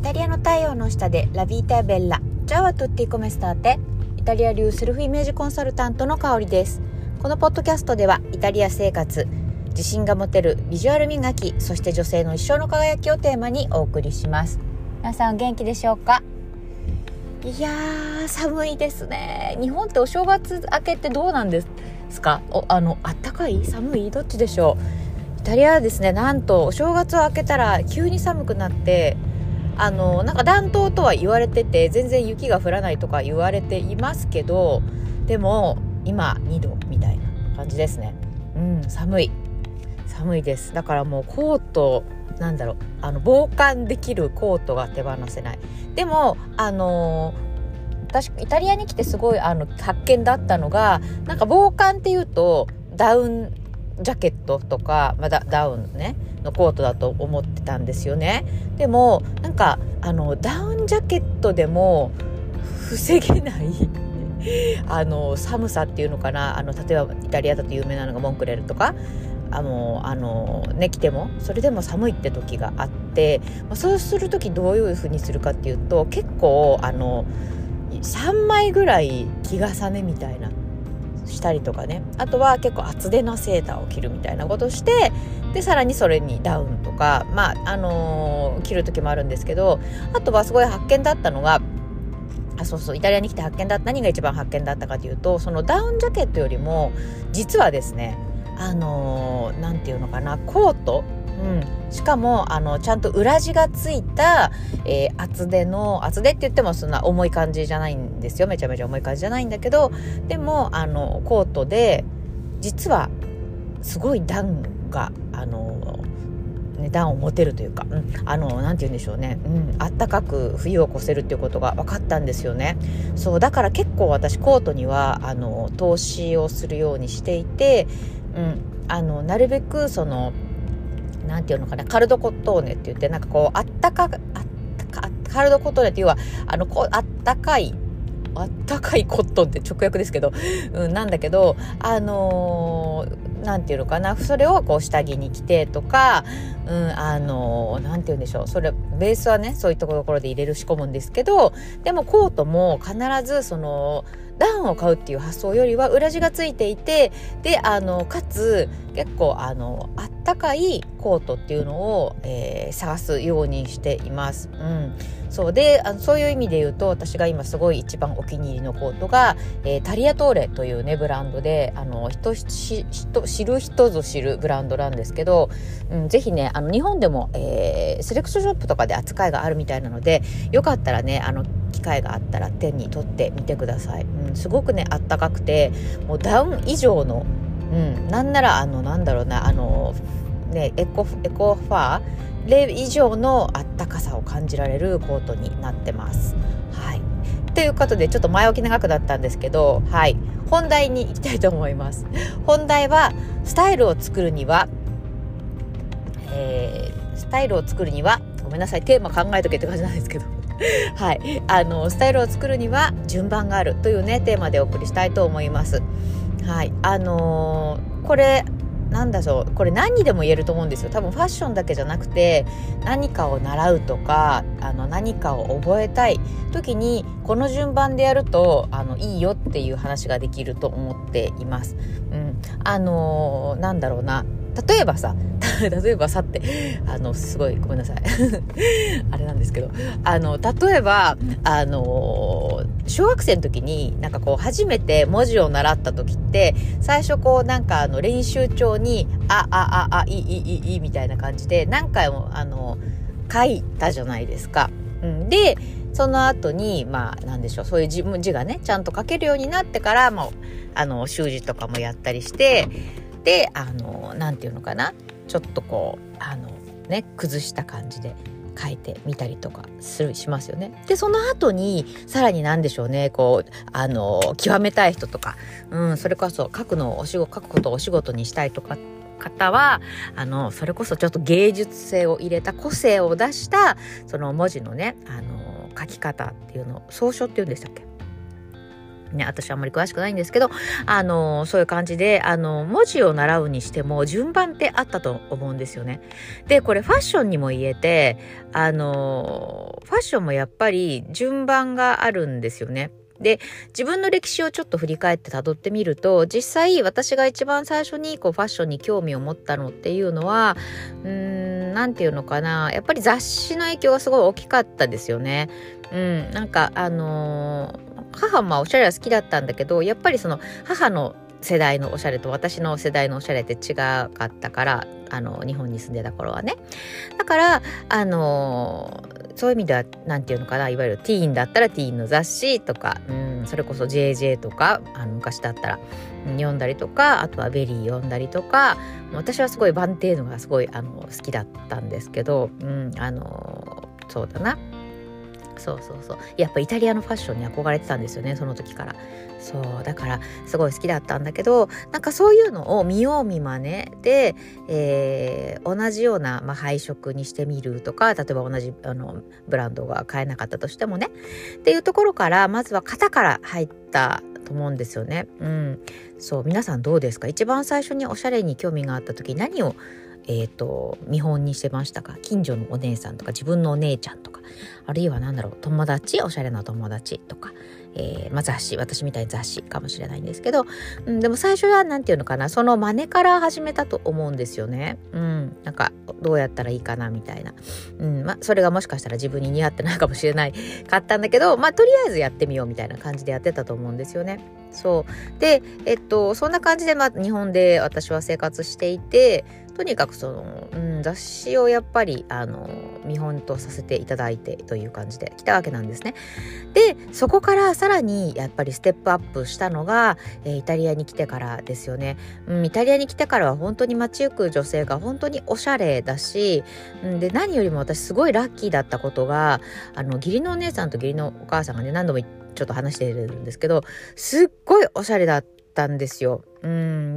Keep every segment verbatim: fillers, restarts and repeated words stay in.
タリアの太陽の下でラビータベッラチャワトゥッティコメスターテ。イタリア流セルフイメージコンサルタントの香りです。このポッドキャストではイタリア生活、自信が持てるビジュアル磨き、そして女性の一生の輝きをテーマにお送りします。皆さん元気でしょうか？いやー寒いですね。日本ってお正月明けってどうなんですか？おあのあったかい寒いどっちでしょう？イタリアはですね、なんとお正月を明けたら急に寒くなって、あのなんか暖冬とは言われてて、全然雪が降らないとか言われていますけど、でも今にどみたいな感じですね。うん寒い寒いです。だからもうコートなんだろうあの防寒できるコートが手放せない。でもあの私イタリアに来てすごいあの発見だったのが、なんか防寒っていうとダウンジャケットとか、まあ、ダ, ダウンねのコートだと思ってたんですよね。でもなんかあのダウンジャケットでも防げないあの寒さっていうのかな。あの例えばイタリアだと有名なのがモンクレルとかあのあの、ね、着てもそれでも寒いって時があって、まあ、そうする時どういう風にするかっていうと、結構あのさんまいぐらい着重ねみたいなしたりとかね、あとは結構厚手のセーターを着るみたいなことをして、でさらにそれにダウンとか、まああのー、着る時もあるんですけど、あとはすごい発見だったのが、あそうそうイタリアに来て発見だった何が一番発見だったかというと、そのダウンジャケットよりも実はですね、あのー、なんていうのかな、コート、うん、しかもあのちゃんと裏地がついた、えー、厚手の厚手って言ってもそんな重い感じじゃないんですよ。めちゃめちゃ重い感じじゃないんだけど、でもあのコートで実はすごい暖があの、ね、暖を持てるというか、うん、あのなんて言うんでしょうね、うん、あったかく冬を越せるっていうことが分かったんですよね。そうだから結構私コートにはあの投資をするようにしていて、うん、あのなるべくそのなんていうのかな、カルドコットーネって言って、なんかこうあったかあったかカルドコットーネっていうのはあのこあったかいあったかいコットンって直訳ですけど、うん、なんだけどあのー、なんていうのかな、それをこう下着に着てとか、うん、あのー、なんていうんでしょう、それベースはねそういったところで入れる仕込むんですけど、でもコートも必ずそのダウンを買うっていう発想よりは裏地がついていて、であのかつ結構あのあったかいコートっていうのを、えー、探すようにしています。うん、そうであのそういう意味で言うと、私が今すごい一番お気に入りのコートが、えー、タリアトーレというねブランドで、あの人し人知る人ぞ知るブランドなんですけど、うん、ぜひねあの日本でも、えー、セレクトショップとかで扱いがあるみたいなので、よかったらねあの機会があったら手に取ってみてください。うん、すごくねあったかくて、もうダウン以上の、うん、なんならあのなんだろうなあのねエコエコファーレ以上のあったかさを感じられるコートになってます。はい。ということでちょっと前置き長くなったんですけど、はい、本題に行きたいと思います。本題はスタイルを作るには、えー、スタイルを作るにはごめんなさいテーマ考えとけって感じなんですけどはい、あのスタイルを作るには順番があるというねテーマでお送りしたいと思います。はい、あのー、これなんだろうこれ何にでも言えると思うんですよ。多分ファッションだけじゃなくて、何かを習うとかあの何かを覚えたい時にこの順番でやるとあのいいよっていう話ができると思っています。うん、あのー、なんだろうな、例えばさ例えばさってあのすごいごめんなさいあれなんですけど、あの例えばあの小学生の時になんかこう初めて文字を習った時って、最初こうなんかあの練習帳にああああいいいいいいみたいな感じで何回もあの書いたじゃないですか。うん、でその後にまあなんでしょう、そういう字字がねちゃんと書けるようになってからもあの習字とかもやったりして、であのなんていうのかな、ちょっとこうあのね崩した感じで書いてみたりとかするしますよね。でその後にさらになんでしょうね、こうあの極めたい人とか、うん、それこそ書くのをお仕事書くことをお仕事にしたいとか方はあのそれこそちょっと芸術性を入れた個性を出したその文字のねあの書き方っていうのを草書っていうんでしたっけ、 ね、私はあんまり詳しくないんですけど、あの、そういう感じで、あの、文字を習うにしても順番ってあったと思うんですよね。で、これファッションにも言えて、あの、ファッションもやっぱり順番があるんですよね。で、自分の歴史をちょっと振り返って辿ってみると、実際私が一番最初にこうファッションに興味を持ったのっていうのは、うーん、なんていうのかな、やっぱり雑誌の影響がすごい大きかったですよね。うん、なんかあのー母もおしゃれは好きだったんだけど、やっぱりその母の世代のおしゃれと私の世代のおしゃれって違かったから、あの日本に住んでた頃はね。だからあのそういう意味ではなんていうのかな、いわゆるティーンだったらティーンの雑誌とか、うん、それこそ ジェージェー とか、あの昔だったら、うん、読んだりとか、あとはベリー読んだりとか、私はすごいバンテーヌがすごいあの好きだったんですけど、うん、あのそうだな。そうそうそう、やっぱイタリアのファッションに憧れてたんですよね、その時から。そうだからすごい好きだったんだけど、なんかそういうのを見よう見まねで、えー、同じような、まあ、配色にしてみるとか、例えば同じあのブランドが買えなかったとしてもねっていうところから、まずは型から入ったと思うんですよね。うん、そう、皆さんどうですか？一番最初におしゃれに興味があった時、何をえーと、見本にしてましたか？近所のお姉さんとか自分のお姉ちゃんとか、あるいは何だろう、友達、おしゃれな友達とか、えーまあ、雑誌、私みたいに雑誌かもしれないんですけど、うん、でも最初はなんていうのかな、その真似から始めたと思うんですよね。うん、なんかどうやったらいいかなみたいな、うんまあ、それがもしかしたら自分に似合ってないかもしれないかったんだけど、まあ、とりあえずやってみようみたいな感じでやってたと思うんですよね。そうで、えっとそんな感じで、まあ、日本で私は生活していて、とにかくその、うん、雑誌をやっぱりあの見本とさせていただいてという感じで来たわけなんですね。でそこからさらにやっぱりステップアップしたのが、えー、イタリアに来てからですよね。うん、イタリアに来てからは本当に街行く女性が本当におしゃれだし、うん、で何よりも私すごいラッキーだったことが、あの義理のお姉さんと義理のお母さんがね、何度もちょっと話してるんですけど、すっごいおしゃれだったんですよ。うん、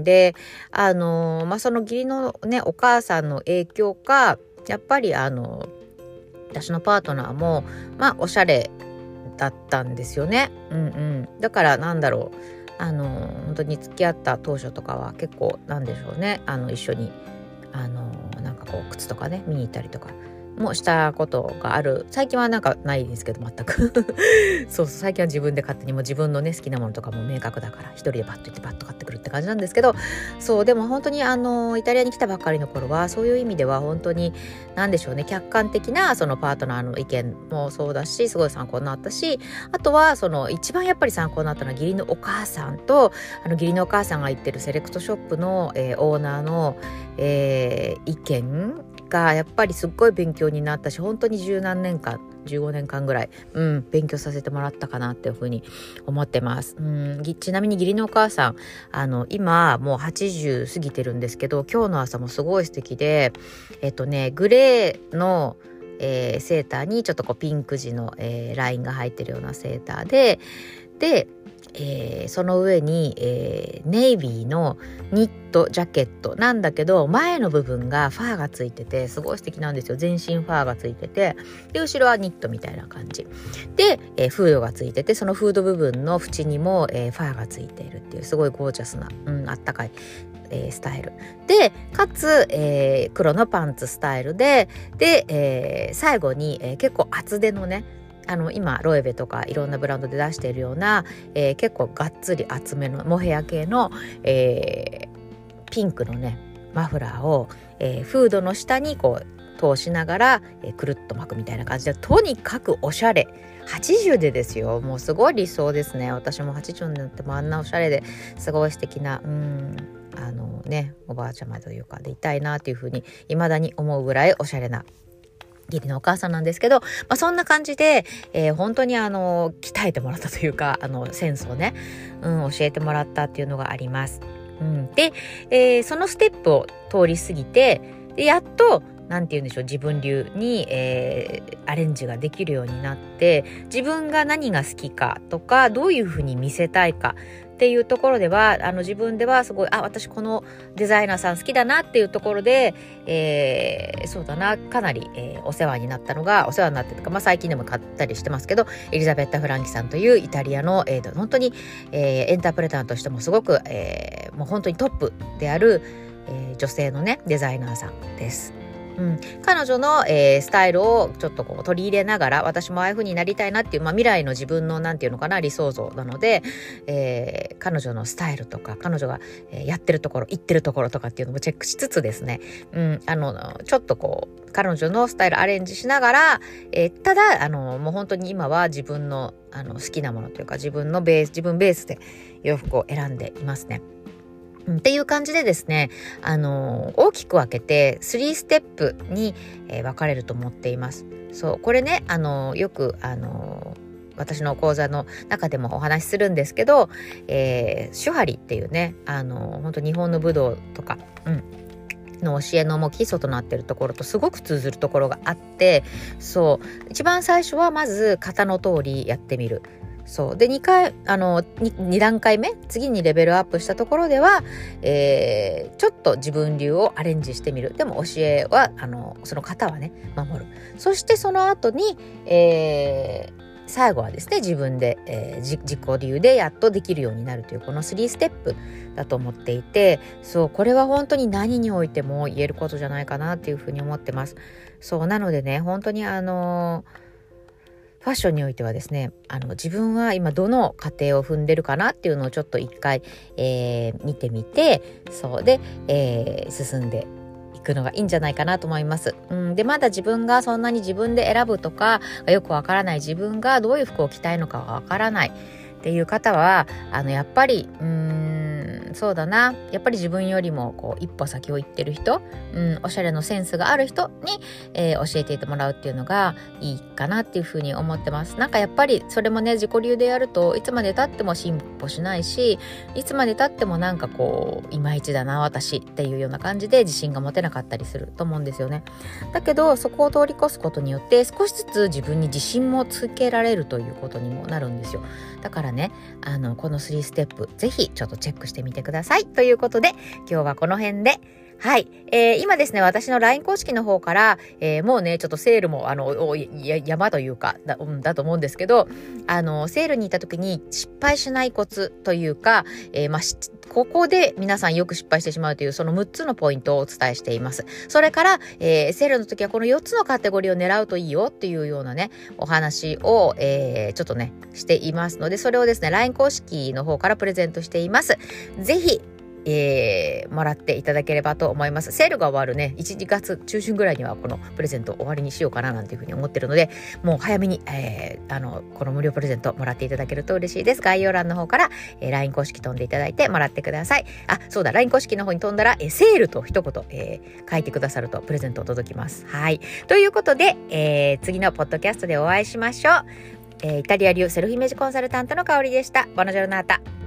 であのまあその義理のねお母さんの影響か、やっぱりあの私のパートナーもまあおしゃれだったんですよね。うんうん、だからなんだろう、あの本当に付き合った当初とかは結構なんでしょうね、あの一緒にあのなんかこう靴とかね見に行ったりとかもしたことがある。最近はなんかないですけど全くそうそう、最近は自分で勝手にもう自分のね好きなものとかも明確だから一人でパッと行ってパッと買ってくるって感じなんですけど、そうでも本当にあのイタリアに来たばっかりの頃はそういう意味では本当に何でしょうね、客観的なそのパートナーの意見もそうだし、すごい参考になったし、あとはその一番やっぱり参考になったのは義理のお母さんと、あの義理のお母さんが行ってるセレクトショップの、えー、オーナーの、えー、意見がやっぱりすっごい勉強になったし、本当に十何年間じゅうごねんかんぐらい、うん、勉強させてもらったかなっていうふうに思ってます。うん、ちなみに義理のお母さん、あの今もうはちじゅう過ぎてるんですけど、今日の朝もすごい素敵で、えっとねグレーのえー、セーターにちょっとこうピンク地の、えー、ラインが入ってるようなセーターで、で、えー、その上に、えー、ネイビーのニットジャケットなんだけど、前の部分がファーがついててすごい素敵なんですよ。全身ファーがついてて、で後ろはニットみたいな感じで、えー、フードがついてて、そのフード部分の縁にも、えー、ファーがついているっていうすごいゴージャスな、うん、あったかいえー、スタイルで、かつ、えー、黒のパンツスタイルで、で、えー、最後に、えー、結構厚手のね、あの今ロエベとかいろんなブランドで出しているような、えー、結構がっつり厚めのモヘア系の、えー、ピンクのねマフラーを、えー、フードの下にこう通しながら、えー、くるっと巻くみたいな感じで、とにかくおしゃれ。はちじゅうでですよ。もうすごい理想ですね。私もはちじゅうになってもあんなおしゃれですごい素敵な、うんあのねおばあちゃまというかでいたいなというふうに未だに思うぐらいおしゃれな義理のお母さんなんですけど、まあ、そんな感じで、えー、本当にあの鍛えてもらったというか、あのセンスをね、うん、教えてもらったっていうのがあります。うん、で、えー、そのステップを通り過ぎて、でやっとなんて言うんでしょう、自分流に、えー、アレンジができるようになって、自分が何が好きかとかどういうふうに見せたいかっっていうところではあの自分ではすごいあ私このデザイナーさん好きだなっていうところで、えー、そうだなかなり、えー、お世話になったのがお世話になってとか、まあ、最近でも買ったりしてますけどエリザベッタ・フランキさんというイタリアの、えー、本当に、えー、エンタープレターとしてもすごく、えー、もう本当にトップである、えー、女性のねデザイナーさんです。うん、彼女の、えー、スタイルをちょっとこう取り入れながら私もああいう風になりたいなっていう、まあ、未来の自分のなんていうのかな理想像なので、えー、彼女のスタイルとか彼女が、えー、やってるところ言ってるところとかっていうのもチェックしつつですね、うん、あのちょっとこう彼女のスタイルアレンジしながら、えー、ただあのもう本当に今は自分の、あの好きなものというか自分のベース自分ベースで洋服を選んでいますね。っていう感じでですね、あの大きく分けてスリーステップに、えー、分かれると思っています。そうこれね、あのよくあの私の講座の中でもお話しするんですけど、えー、手張りっていうね、あの本当日本の武道とか、うんの教えのもう基礎となっているところとすごく通ずるところがあって、そう一番最初はまず型の通りやってみる。そうでにかいあの 2, に段階目次にレベルアップしたところでは、えー、ちょっと自分流をアレンジしてみる。でも教えはあのその型はね守る。そしてその後に、えー、最後はですね自分で、えー、自己流でやっとできるようになるというこのスリーステップだと思っていて、そうこれは本当に何においても言えることじゃないかなっていうふうに思ってます。そうなのでね本当にあのーファッションにおいてはですね、あの自分は今どの過程を踏んでるかなっていうのをちょっと一回、えー、見てみて、そうで、えー、進んでいくのがいいんじゃないかなと思います。うん、でまだ自分がそんなに自分で選ぶとかよくわからない、自分がどういう服を着たいのかわからないっていう方はあのやっぱりうーんそうだなやっぱり自分よりもこう一歩先を行ってる人、うん、おしゃれのセンスがある人に、えー、教えていってもらうっていうのがいいかなっていうふうに思ってます。なんかやっぱりそれもね自己流でやるといつまで経っても進歩しないし、いつまで経ってもなんかこういまいちだな私っていうような感じで自信が持てなかったりすると思うんですよね。だけどそこを通り越すことによって少しずつ自分に自信もつけられるということにもなるんですよ。だからねあのこのスリーステップぜひちょっとチェックしてみてくださいということで今日はこの辺ではい、えー、今ですね私の ライン 公式の方から、えー、もうねちょっとセールもあのや山というか だ,、うん、だと思うんですけど、あのセールに行った時に失敗しないコツというか、えーまあ、ここで皆さんよく失敗してしまうというそのむっつのポイントをお伝えしています。それから、えー、セールの時はこのよっつのカテゴリーを狙うといいよっていうようなねお話を、えー、ちょっとねしていますので、それをですね ライン 公式の方からプレゼントしています。ぜひえー、もらっていただければと思います。セールが終わるねいちがつ中旬ぐらいにはこのプレゼント終わりにしようかななんていうふうに思ってるので、もう早めに、えー、あのこの無料プレゼントもらっていただけると嬉しいです。概要欄の方から、えー、ライン 公式飛んでいただいてもらってください。あ、そうだ ライン 公式の方に飛んだら、えー、セールと一言、えー、書いてくださるとプレゼント届きます。はいということで、えー、次のポッドキャストでお会いしましょう。えー、イタリア流セルフイメージコンサルタントの香りでした。ボナジョルナータ。